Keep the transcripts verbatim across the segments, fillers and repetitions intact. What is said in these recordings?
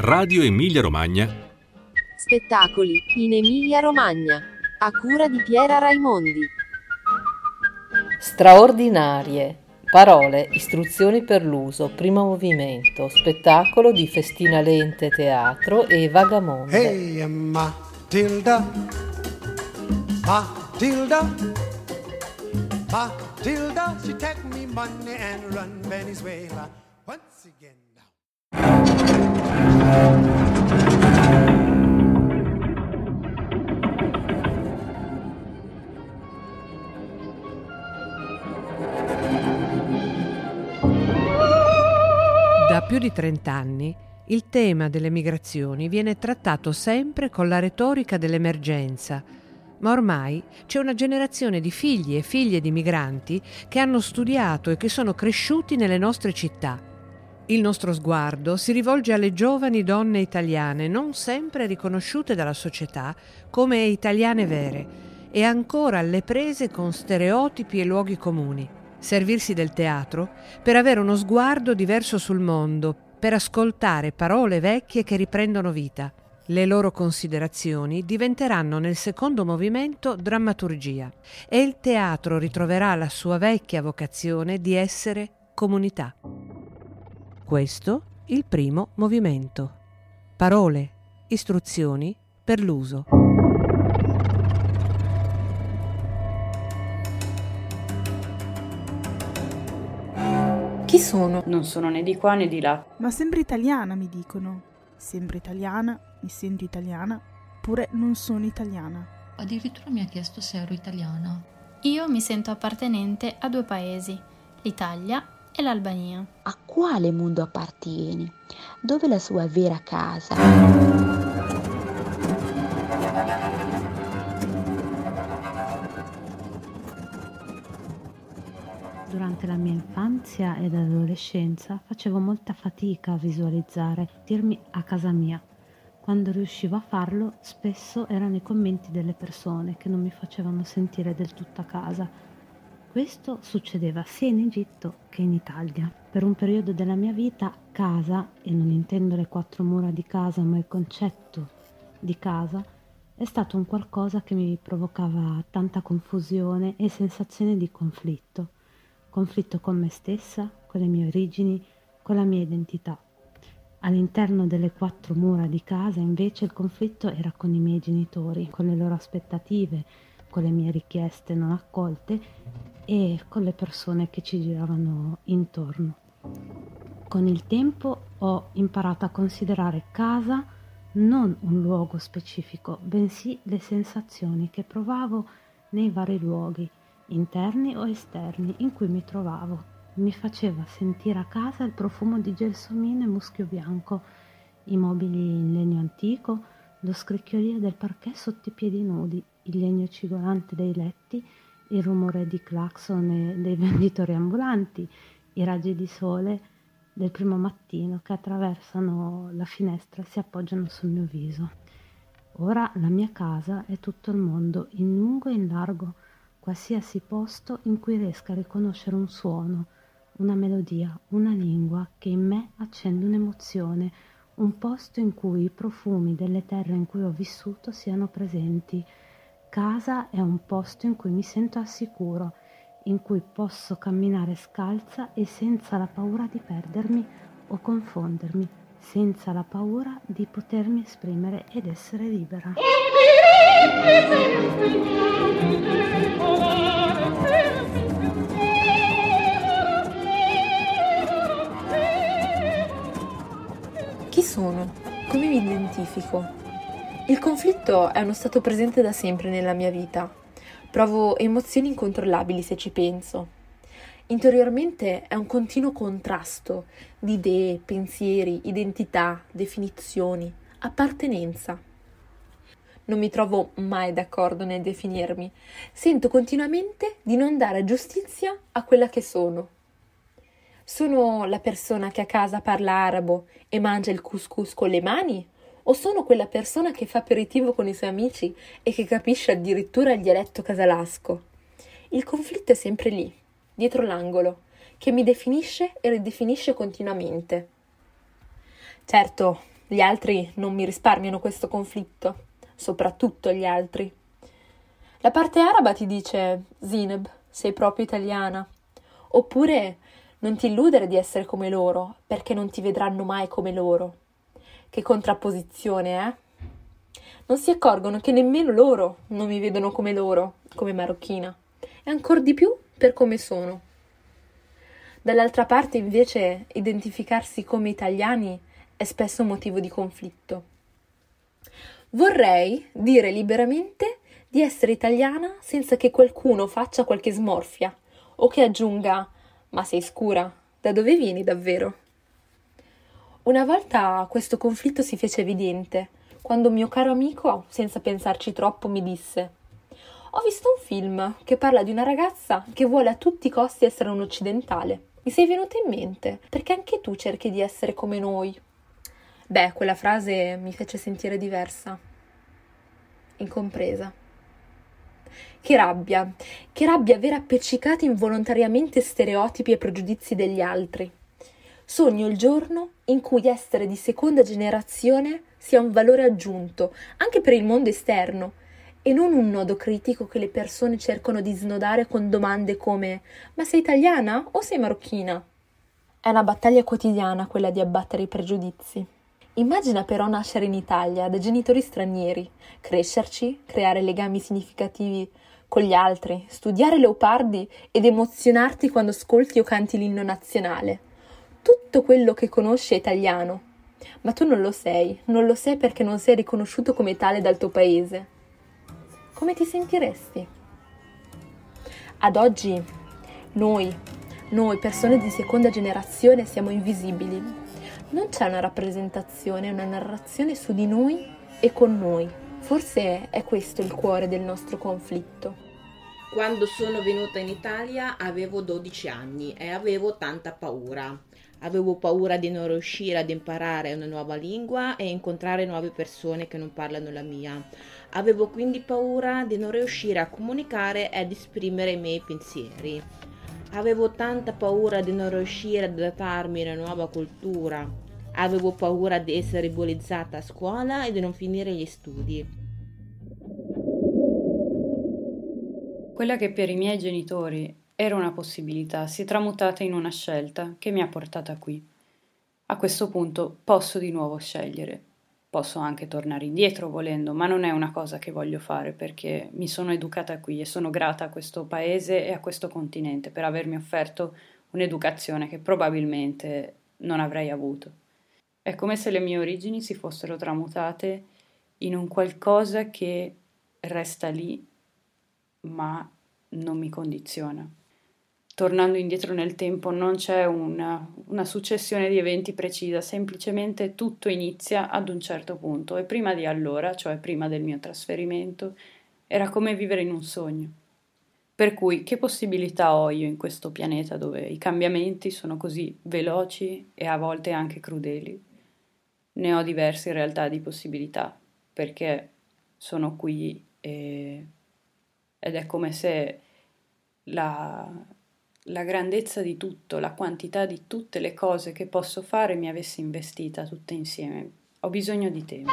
Radio Emilia Romagna. Spettacoli in Emilia Romagna, a cura di Piera Raimondi. Straordinarie. Parole, istruzioni per l'uso, primo movimento, spettacolo di Festina Lente Teatro e Vagamonde. Hey, Matilda, Matilda, Matilda, she take me money and run Venezuela once again now. Da più di trent'anni il tema delle migrazioni viene trattato sempre con la retorica dell'emergenza, ma ormai c'è una generazione di figli e figlie di migranti che hanno studiato e che sono cresciuti nelle nostre città. Il nostro sguardo si rivolge alle giovani donne italiane, non sempre riconosciute dalla società come italiane vere, e ancora alle prese con stereotipi e luoghi comuni. Servirsi del teatro per avere uno sguardo diverso sul mondo, per ascoltare parole vecchie che riprendono vita. Le loro considerazioni diventeranno nel secondo movimento drammaturgia e il teatro ritroverà la sua vecchia vocazione di essere comunità. Questo il primo movimento. Parole, istruzioni per l'uso. Chi sono? Non sono né di qua né di là. Ma sembra italiana, mi dicono. Sembra italiana, mi sento italiana, pure non sono italiana. Addirittura mi ha chiesto se ero italiana. Io mi sento appartenente a due paesi, l'Italia e l'Albania. A quale mondo appartieni? Dove è la sua vera casa? Durante la mia infanzia ed adolescenza facevo molta fatica a visualizzare, dirmi a casa mia. Quando riuscivo a farlo, spesso erano i commenti delle persone che non mi facevano sentire del tutto a casa. Questo succedeva sia in Egitto che in Italia. Per un periodo della mia vita, casa, e non intendo le quattro mura di casa, ma il concetto di casa, è stato un qualcosa che mi provocava tanta confusione e sensazione di conflitto. Conflitto con me stessa, con le mie origini, con la mia identità. All'interno delle quattro mura di casa, invece, il conflitto era con i miei genitori, con le loro aspettative, con le mie richieste non accolte e con le persone che ci giravano intorno. Con il tempo ho imparato a considerare casa non un luogo specifico, bensì le sensazioni che provavo nei vari luoghi, interni o esterni, in cui mi trovavo. Mi faceva sentire a casa il profumo di gelsomino e muschio bianco, i mobili in legno antico, lo scricchiolio del parquet sotto i piedi nudi, il legno cigolante dei letti, il rumore di clacson e dei venditori ambulanti, i raggi di sole del primo mattino che attraversano la finestra e si appoggiano sul mio viso. Ora la mia casa è tutto il mondo, in lungo e in largo, qualsiasi posto in cui riesca a riconoscere un suono, una melodia, una lingua che in me accende un'emozione, un posto in cui i profumi delle terre in cui ho vissuto siano presenti. Casa è un posto in cui mi sento al sicuro, in cui posso camminare scalza e senza la paura di perdermi o confondermi, senza la paura di potermi esprimere ed essere libera. Chi sono? Come mi identifico? Il conflitto è uno stato presente da sempre nella mia vita. Provo emozioni incontrollabili se ci penso. Interiormente è un continuo contrasto di idee, pensieri, identità, definizioni, appartenenza. Non mi trovo mai d'accordo nel definirmi. Sento continuamente di non dare giustizia a quella che sono. Sono la persona che a casa parla arabo e mangia il couscous con le mani? O sono quella persona che fa aperitivo con i suoi amici e che capisce addirittura il dialetto casalasco? Il conflitto è sempre lì, dietro l'angolo, che mi definisce e ridefinisce continuamente. Certo, Gli altri non mi risparmiano questo conflitto, soprattutto gli altri. La parte araba ti dice: Zineb, sei proprio italiana. Oppure: non ti illudere di essere come loro, perché non ti vedranno mai come loro. Che contrapposizione, eh? Non si accorgono che nemmeno loro non mi vedono come loro, come marocchina, e ancor di più per come sono. Dall'altra parte, invece, identificarsi come italiani è spesso motivo di conflitto. Vorrei dire liberamente di essere italiana senza che qualcuno faccia qualche smorfia o che aggiunga: ma sei scura, da dove vieni davvero? Una volta questo conflitto si fece evidente quando un mio caro amico, senza pensarci troppo, mi disse: ho visto un film che parla di una ragazza che vuole a tutti i costi essere un occidentale. Mi sei venuta in mente perché anche tu cerchi di essere come noi. Beh, quella frase mi fece sentire diversa, incompresa. Che rabbia, che rabbia aver appiccicato involontariamente stereotipi e pregiudizi degli altri. Sogno il giorno in cui essere di seconda generazione sia un valore aggiunto, anche per il mondo esterno, e non un nodo critico che le persone cercano di snodare con domande come: ma sei italiana o sei marocchina? È una battaglia quotidiana quella di abbattere i pregiudizi. Immagina però nascere in Italia da genitori stranieri, crescerci, creare legami significativi con gli altri, studiare Leopardi ed emozionarti quando ascolti o canti l'inno nazionale. Tutto quello che conosci è italiano, ma tu non lo sei, non lo sei perché non sei riconosciuto come tale dal tuo paese. Come ti sentiresti? Ad oggi, noi, noi persone di seconda generazione, siamo invisibili. Non c'è una rappresentazione, una narrazione su di noi e con noi. Forse è questo il cuore del nostro conflitto. Quando sono venuta in Italia avevo dodici anni e avevo tanta paura. Avevo paura di non riuscire ad imparare una nuova lingua e incontrare nuove persone che non parlano la mia. Avevo quindi paura di non riuscire a comunicare ed esprimere i miei pensieri. Avevo tanta paura di non riuscire ad adattarmi alla nuova cultura. Avevo paura di essere bullizzata a scuola e di non finire gli studi. Quella che per i miei genitori era una possibilità si è tramutata in una scelta che mi ha portata qui. A questo punto posso di nuovo scegliere. Posso anche tornare indietro volendo, ma non è una cosa che voglio fare perché mi sono educata qui e sono grata a questo paese e a questo continente per avermi offerto un'educazione che probabilmente non avrei avuto. È come se le mie origini si fossero tramutate in un qualcosa che resta lì, ma non mi condiziona. Tornando indietro nel tempo non c'è una, una successione di eventi precisa, semplicemente tutto inizia ad un certo punto e prima di allora, cioè prima del mio trasferimento, era come vivere in un sogno. Per cui che possibilità ho io in questo pianeta dove i cambiamenti sono così veloci e a volte anche crudeli? Ne ho diverse in realtà di possibilità, perché sono qui e... ed è come se la... la grandezza di tutto, la quantità di tutte le cose che posso fare mi avesse investita tutte insieme. Ho bisogno di tempo.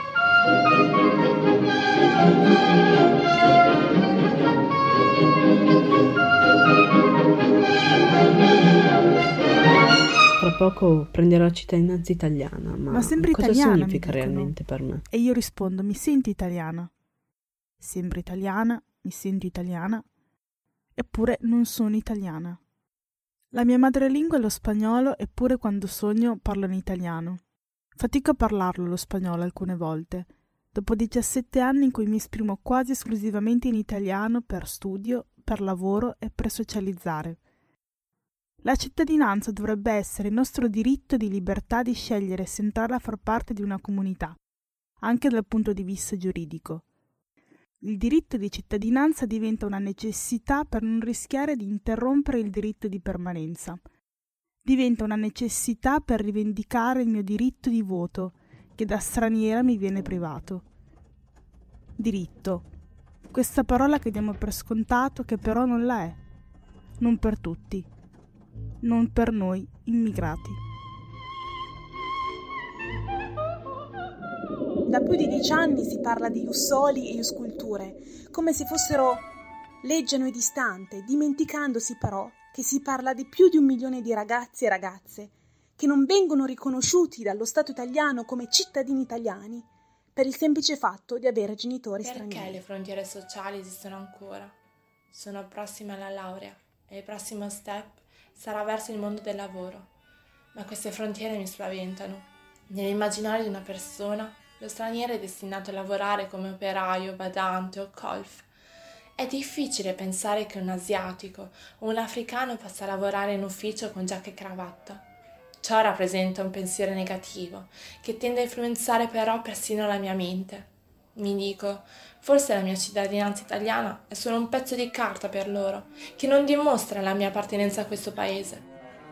Tra poco prenderò la cittadinanza italiana, ma, ma sempre cosa italiana, significa realmente per me? E io rispondo: mi sento italiana. Sembro italiana, mi sento italiana. Eppure non sono italiana. La mia madrelingua è lo spagnolo, eppure quando sogno parlo in italiano. Fatico a parlarlo lo spagnolo alcune volte, dopo diciassette anni in cui mi esprimo quasi esclusivamente in italiano per studio, per lavoro e per socializzare. La cittadinanza dovrebbe essere il nostro diritto di libertà di scegliere se entrare a far parte di una comunità, anche dal punto di vista giuridico. Il diritto di cittadinanza diventa una necessità per non rischiare di interrompere il diritto di permanenza. Diventa una necessità per rivendicare il mio diritto di voto, che da straniera mi viene privato. Diritto. Questa parola che diamo per scontato, che però non la è. Non per tutti. Non per noi immigrati. Da più di dieci anni si parla di Ius Soli e Ius Culturae, come se fossero leggeno e distante, dimenticandosi però che si parla di più di un milione di ragazzi e ragazze che non vengono riconosciuti dallo Stato italiano come cittadini italiani per il semplice fatto di avere genitori Perché stranieri. Perché le frontiere sociali esistono ancora? Sono prossime alla laurea e il prossimo step sarà verso il mondo del lavoro. Ma queste frontiere mi spaventano. Nell'immaginario di una persona, lo straniero è destinato a lavorare come operaio, badante o colf. È difficile pensare che un asiatico o un africano possa lavorare in ufficio con giacca e cravatta. Ciò rappresenta un pensiero negativo, che tende a influenzare però persino la mia mente. Mi dico, forse la mia cittadinanza italiana è solo un pezzo di carta per loro, che non dimostra la mia appartenenza a questo paese.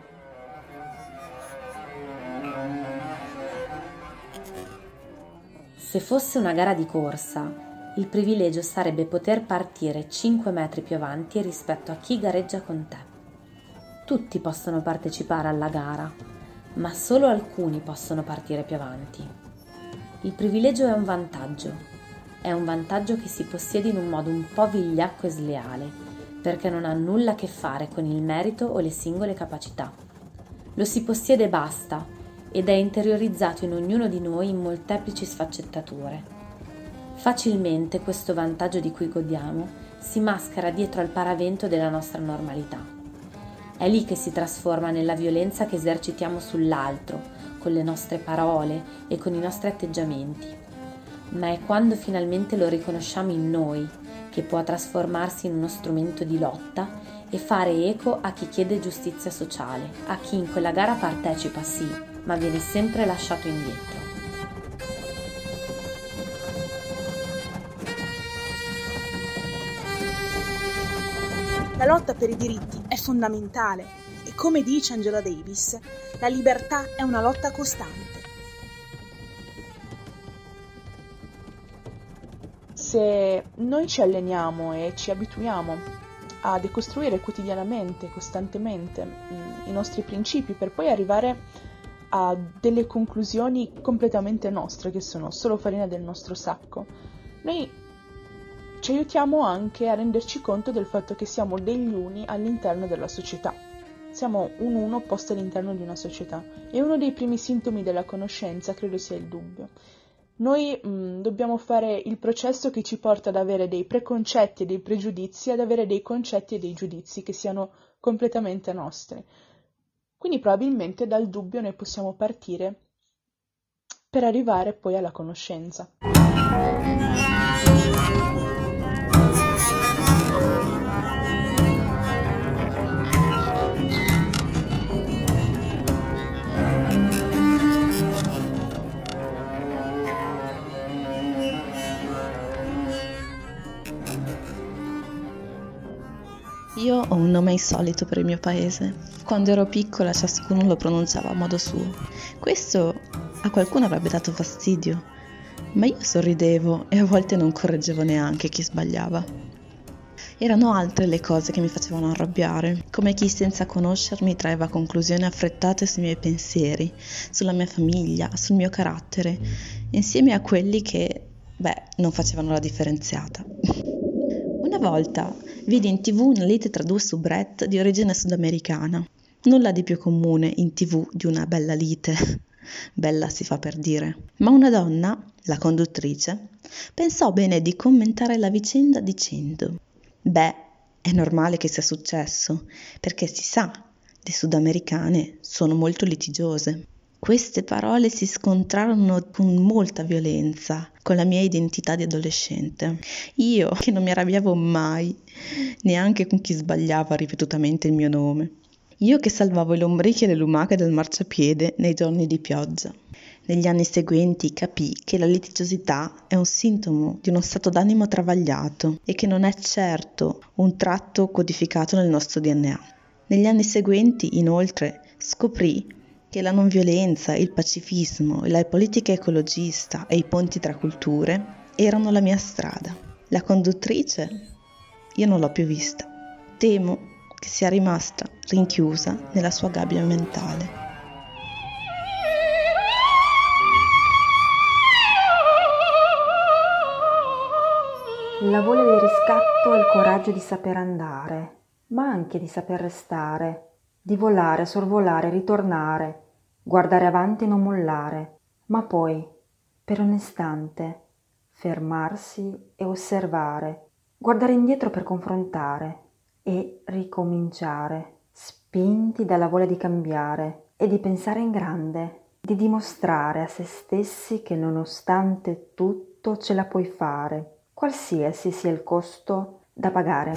Se fosse una gara di corsa, il privilegio sarebbe poter partire cinque metri più avanti rispetto a chi gareggia con te. Tutti possono partecipare alla gara, ma solo alcuni possono partire più avanti. Il privilegio è un vantaggio, è un vantaggio che si possiede in un modo un po' vigliacco e sleale, perché non ha nulla a che fare con il merito o le singole capacità. Lo si possiede e basta, ed è interiorizzato in ognuno di noi in molteplici sfaccettature. Facilmente questo vantaggio di cui godiamo si maschera dietro al paravento della nostra normalità. È lì che si trasforma nella violenza che esercitiamo sull'altro, con le nostre parole e con i nostri atteggiamenti. Ma è quando finalmente lo riconosciamo in noi che può trasformarsi in uno strumento di lotta e fare eco a chi chiede giustizia sociale, a chi in quella gara partecipa sì, ma viene sempre lasciato indietro. La lotta per i diritti è fondamentale e, come dice Angela Davis, la libertà è una lotta costante. Se noi ci alleniamo e ci abituiamo a decostruire quotidianamente, costantemente i nostri principi per poi arrivare a delle conclusioni completamente nostre, che sono solo farina del nostro sacco, noi ci aiutiamo anche a renderci conto del fatto che siamo degli uni all'interno della società. Siamo un uno posto all'interno di una società e uno dei primi sintomi della conoscenza credo sia il dubbio. Noi mh, dobbiamo fare il processo che ci porta ad avere dei preconcetti e dei pregiudizi, ad avere dei concetti e dei giudizi che siano completamente nostri. Quindi probabilmente dal dubbio noi possiamo partire per arrivare poi alla conoscenza. Io ho un nome insolito per il mio paese. Quando ero piccola ciascuno lo pronunciava a modo suo. Questo a qualcuno avrebbe dato fastidio, ma io sorridevo e a volte non correggevo neanche chi sbagliava. Erano altre le cose che mi facevano arrabbiare, come chi senza conoscermi traeva conclusioni affrettate sui miei pensieri, sulla mia famiglia, sul mio carattere, insieme a quelli che, beh, non facevano la differenziata. Una volta vidi in tv una lite tra due soubrette di origine sudamericana. Nulla di più comune in tv di una bella lite. Bella si fa per dire. Ma una donna, la conduttrice, pensò bene di commentare la vicenda dicendo: beh, è normale che sia successo, perché si sa, le sudamericane sono molto litigiose. Queste parole si scontrarono con molta violenza con la mia identità di adolescente. Io, che non mi arrabbiavo mai, neanche con chi sbagliava ripetutamente il mio nome. Io che salvavo le ombricche e le lumache dal marciapiede nei giorni di pioggia. Negli anni seguenti capii che la litigiosità è un sintomo di uno stato d'animo travagliato e che non è certo un tratto codificato nel nostro D N A. Negli anni seguenti, inoltre, scoprì che la non violenza, il pacifismo, la politica ecologista e i ponti tra culture erano la mia strada. La conduttrice io non l'ho più vista. Temo che sia rimasta rinchiusa nella sua gabbia mentale. La voglia di riscatto e il coraggio di saper andare, ma anche di saper restare, di volare, sorvolare, ritornare, guardare avanti e non mollare, ma poi, per un istante, fermarsi e osservare, guardare indietro per confrontare e ricominciare, spinti dalla voglia di cambiare e di pensare in grande, di dimostrare a se stessi che nonostante tutto ce la puoi fare, qualsiasi sia il costo da pagare.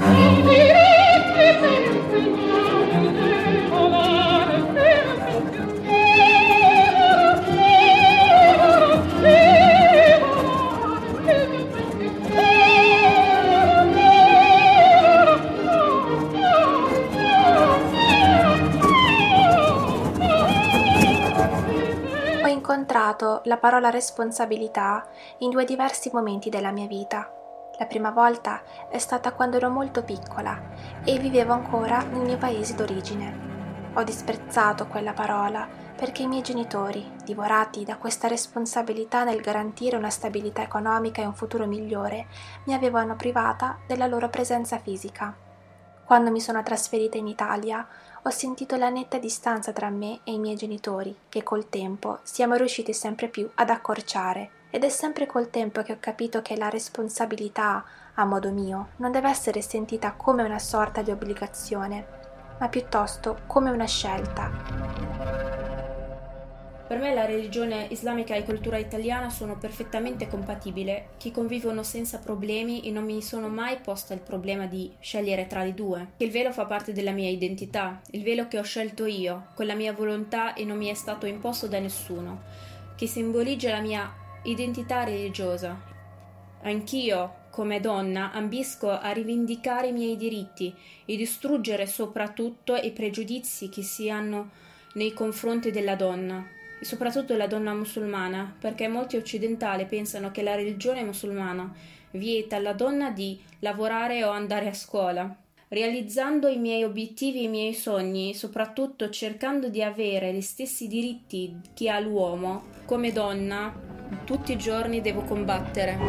Ho incontrato la parola responsabilità in due diversi momenti della mia vita. La prima volta è stata quando ero molto piccola e vivevo ancora nel mio paese d'origine. Ho disprezzato quella parola perché i miei genitori, divorati da questa responsabilità nel garantire una stabilità economica e un futuro migliore, mi avevano privata della loro presenza fisica. Quando mi sono trasferita in Italia, ho sentito la netta distanza tra me e i miei genitori, che col tempo siamo riusciti sempre più ad accorciare. Ed è sempre col tempo che ho capito che la responsabilità, a modo mio, non deve essere sentita come una sorta di obbligazione, ma piuttosto come una scelta. Per me la religione islamica e cultura italiana sono perfettamente compatibili, che convivono senza problemi e non mi sono mai posta il problema di scegliere tra le due. Il velo fa parte della mia identità, il velo che ho scelto io, con la mia volontà e non mi è stato imposto da nessuno, che simboleggia la mia identità religiosa. Anch'io, come donna, ambisco a rivendicare i miei diritti e distruggere soprattutto i pregiudizi che si hanno nei confronti della donna, e soprattutto la donna musulmana, perché molti occidentali pensano che la religione musulmana vieta alla donna di lavorare o andare a scuola. Realizzando i miei obiettivi e i miei sogni, soprattutto cercando di avere gli stessi diritti che ha l'uomo, come donna, tutti i giorni devo combattere.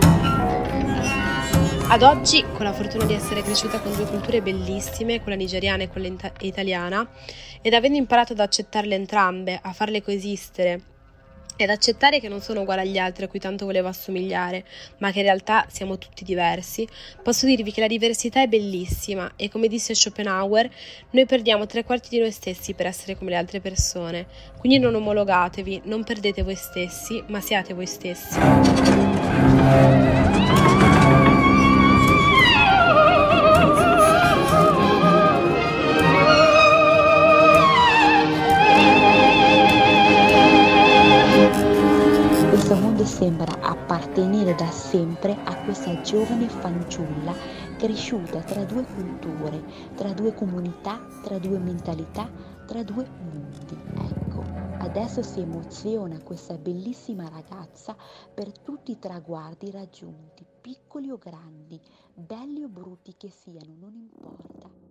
Ad oggi, con la fortuna di essere cresciuta con due culture bellissime, quella nigeriana e quella ita- italiana, ed avendo imparato ad accettarle entrambe, a farle coesistere, ed accettare che non sono uguali agli altri a cui tanto volevo assomigliare, ma che in realtà siamo tutti diversi, posso dirvi che la diversità è bellissima e, come disse Schopenhauer, noi perdiamo tre quarti di noi stessi per essere come le altre persone. Quindi non omologatevi, non perdete voi stessi, ma siate voi stessi. Questo mondo sembra appartenere da sempre a questa giovane fanciulla cresciuta tra due culture, tra due comunità, tra due mentalità, tra due mondi. Ecco, adesso si emoziona questa bellissima ragazza per tutti i traguardi raggiunti, piccoli o grandi, belli o brutti che siano, non importa.